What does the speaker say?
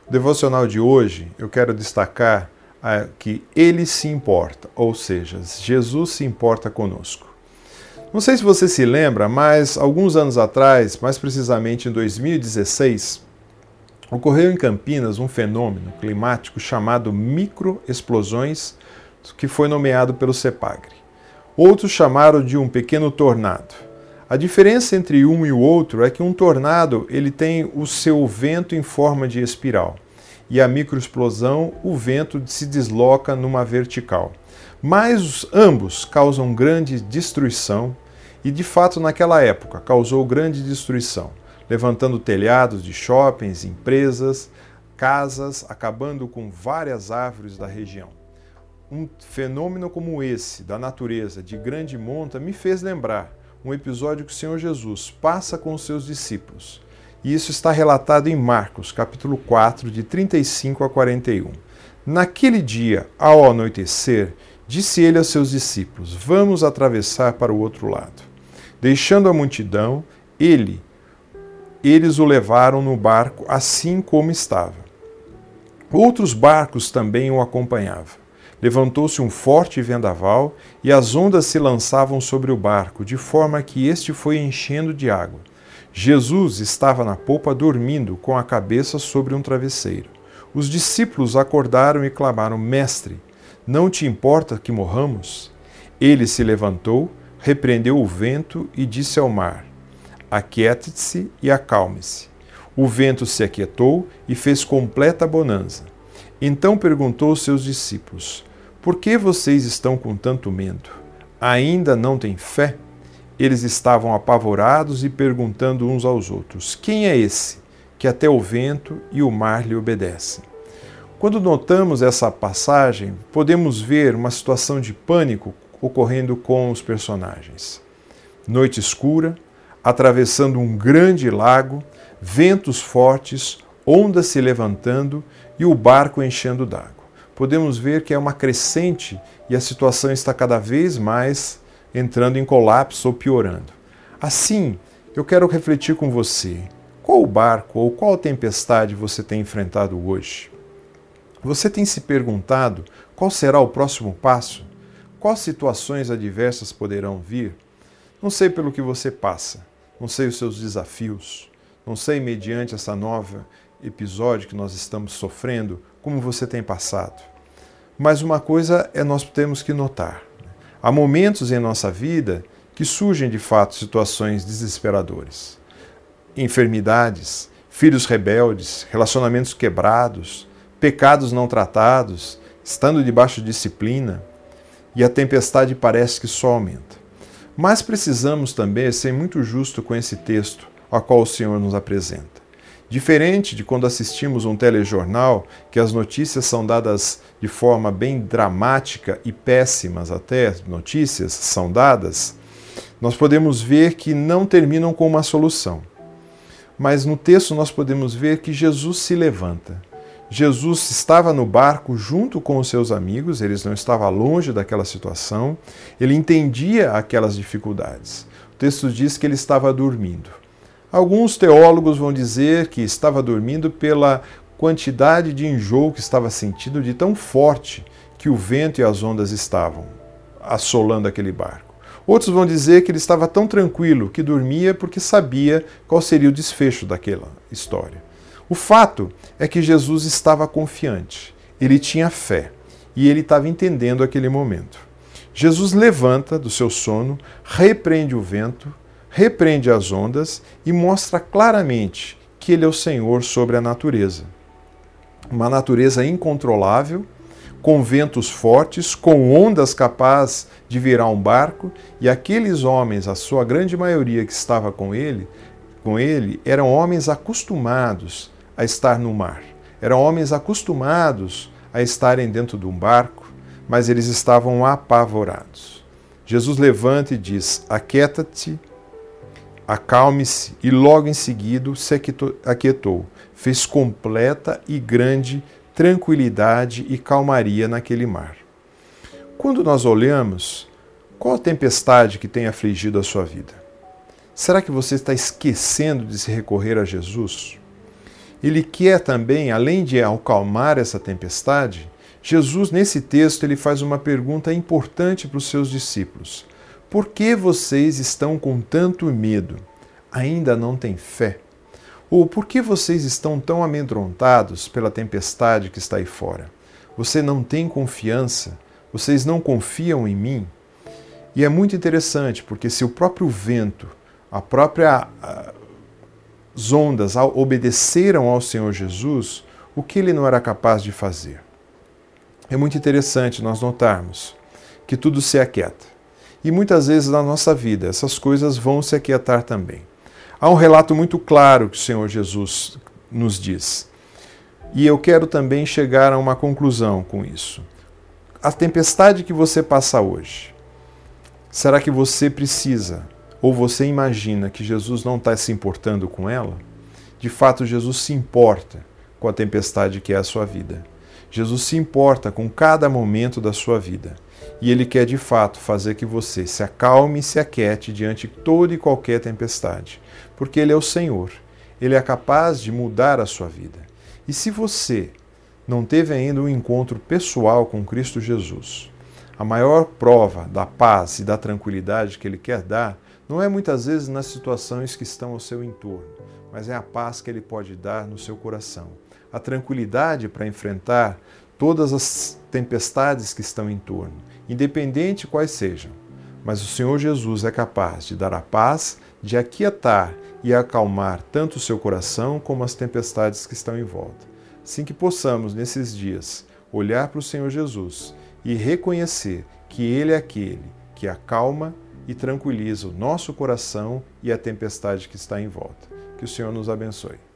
No devocional de hoje, eu quero destacar que Ele se importa, ou seja, Jesus se importa conosco. Não sei se você se lembra, mas alguns anos atrás, mais precisamente em 2016, ocorreu em Campinas um fenômeno climático chamado microexplosões, que foi nomeado pelo CEPAGRE. Outros chamaram de um pequeno tornado. A diferença entre um e o outro é que um tornado ele tem o seu vento em forma de espiral e a microexplosão o vento se desloca numa vertical. Mas ambos causam grande destruição e de fato naquela época causou grande destruição, levantando telhados de shoppings, empresas, casas, acabando com várias árvores da região. Um fenômeno como esse da natureza de grande monta me fez lembrar um episódio que o Senhor Jesus passa com os seus discípulos. E isso está relatado em Marcos, capítulo 4, de 35 a 41. Naquele dia, ao anoitecer, disse ele aos seus discípulos: vamos atravessar para o outro lado. Deixando a multidão, eles o levaram no barco assim como estava. Outros barcos também o acompanhavam. Levantou-se um forte vendaval e as ondas se lançavam sobre o barco, de forma que este foi enchendo de água. Jesus estava na popa dormindo, com a cabeça sobre um travesseiro. Os discípulos acordaram e clamaram: Mestre, não te importa que morramos? Ele se levantou, repreendeu o vento e disse ao mar: Aquiete-se e acalme-se. O vento se aquietou e fez completa bonança. Então perguntou aos seus discípulos: por que vocês estão com tanto medo? Ainda não têm fé? Eles estavam apavorados e perguntando uns aos outros: quem é esse que até o vento e o mar lhe obedecem? Quando notamos essa passagem, podemos ver uma situação de pânico ocorrendo com os personagens. Noite escura, atravessando um grande lago, ventos fortes, ondas se levantando e o barco enchendo d'água. Podemos ver que é uma crescente e a situação está cada vez mais entrando em colapso ou piorando. Assim, eu quero refletir com você: qual barco ou qual tempestade você tem enfrentado hoje? Você tem se perguntado qual será o próximo passo? Quais situações adversas poderão vir? Não sei pelo que você passa, não sei os seus desafios, não sei mediante essa nova episódio que nós estamos sofrendo, como você tem passado. Mas uma coisa nós temos que notar. Há momentos em nossa vida que surgem de fato situações desesperadoras. Enfermidades, filhos rebeldes, relacionamentos quebrados, pecados não tratados, estando debaixo de disciplina, e a tempestade parece que só aumenta. Mas precisamos também ser muito justos com esse texto ao qual o Senhor nos apresenta. Diferente de quando assistimos um telejornal, que as notícias são dadas de forma bem dramática e péssimas até, notícias são dadas, nós podemos ver que não terminam com uma solução. Mas no texto nós podemos ver que Jesus se levanta. Jesus estava no barco junto com os seus amigos, eles não estavam longe daquela situação, ele entendia aquelas dificuldades. O texto diz que ele estava dormindo. Alguns teólogos vão dizer que estava dormindo pela quantidade de enjoo que estava sentindo de tão forte que o vento e as ondas estavam assolando aquele barco. Outros vão dizer que ele estava tão tranquilo que dormia porque sabia qual seria o desfecho daquela história. O fato é que Jesus estava confiante, ele tinha fé e ele estava entendendo aquele momento. Jesus levanta do seu sono, repreende o vento, repreende as ondas e mostra claramente que ele é o Senhor sobre a natureza. Uma natureza incontrolável, com ventos fortes, com ondas capazes de virar um barco, e aqueles homens, a sua grande maioria que estava com ele, eram homens acostumados a estar no mar. Eram homens acostumados a estarem dentro de um barco, mas eles estavam apavorados. Jesus levanta e diz: aquieta-te, acalme-se, e logo em seguida se aquietou. Fez completa e grande tranquilidade e calmaria naquele mar. Quando nós olhamos, qual a tempestade que tem afligido a sua vida? Será que você está esquecendo de se recorrer a Jesus? Ele quer também, além de acalmar essa tempestade, Jesus, nesse texto, ele faz uma pergunta importante para os seus discípulos. Por que vocês estão com tanto medo? Ainda não têm fé? Ou por que vocês estão tão amedrontados pela tempestade que está aí fora? Você não tem confiança? Vocês não confiam em mim? E é muito interessante, porque se o próprio vento, as próprias ondas obedeceram ao Senhor Jesus, o que ele não era capaz de fazer? É muito interessante nós notarmos que tudo se aquieta. E muitas vezes na nossa vida essas coisas vão se aquietar também. Há um relato muito claro que o Senhor Jesus nos diz. E eu quero também chegar a uma conclusão com isso. A tempestade que você passa hoje, será que você precisa ou você imagina que Jesus não está se importando com ela? De fato, Jesus se importa com a tempestade que é a sua vida. Jesus se importa com cada momento da sua vida. E Ele quer, de fato, fazer que você se acalme e se aquiete diante de toda e qualquer tempestade. Porque Ele é o Senhor. Ele é capaz de mudar a sua vida. E se você não teve ainda um encontro pessoal com Cristo Jesus, a maior prova da paz e da tranquilidade que Ele quer dar não é muitas vezes nas situações que estão ao seu entorno, mas é a paz que Ele pode dar no seu coração. A tranquilidade para enfrentar todas as tempestades que estão em torno, independente quais sejam. Mas o Senhor Jesus é capaz de dar a paz, de aquietar e acalmar tanto o seu coração como as tempestades que estão em volta. Assim que possamos, nesses dias, olhar para o Senhor Jesus e reconhecer que Ele é aquele que acalma e tranquiliza o nosso coração e a tempestade que está em volta. Que o Senhor nos abençoe.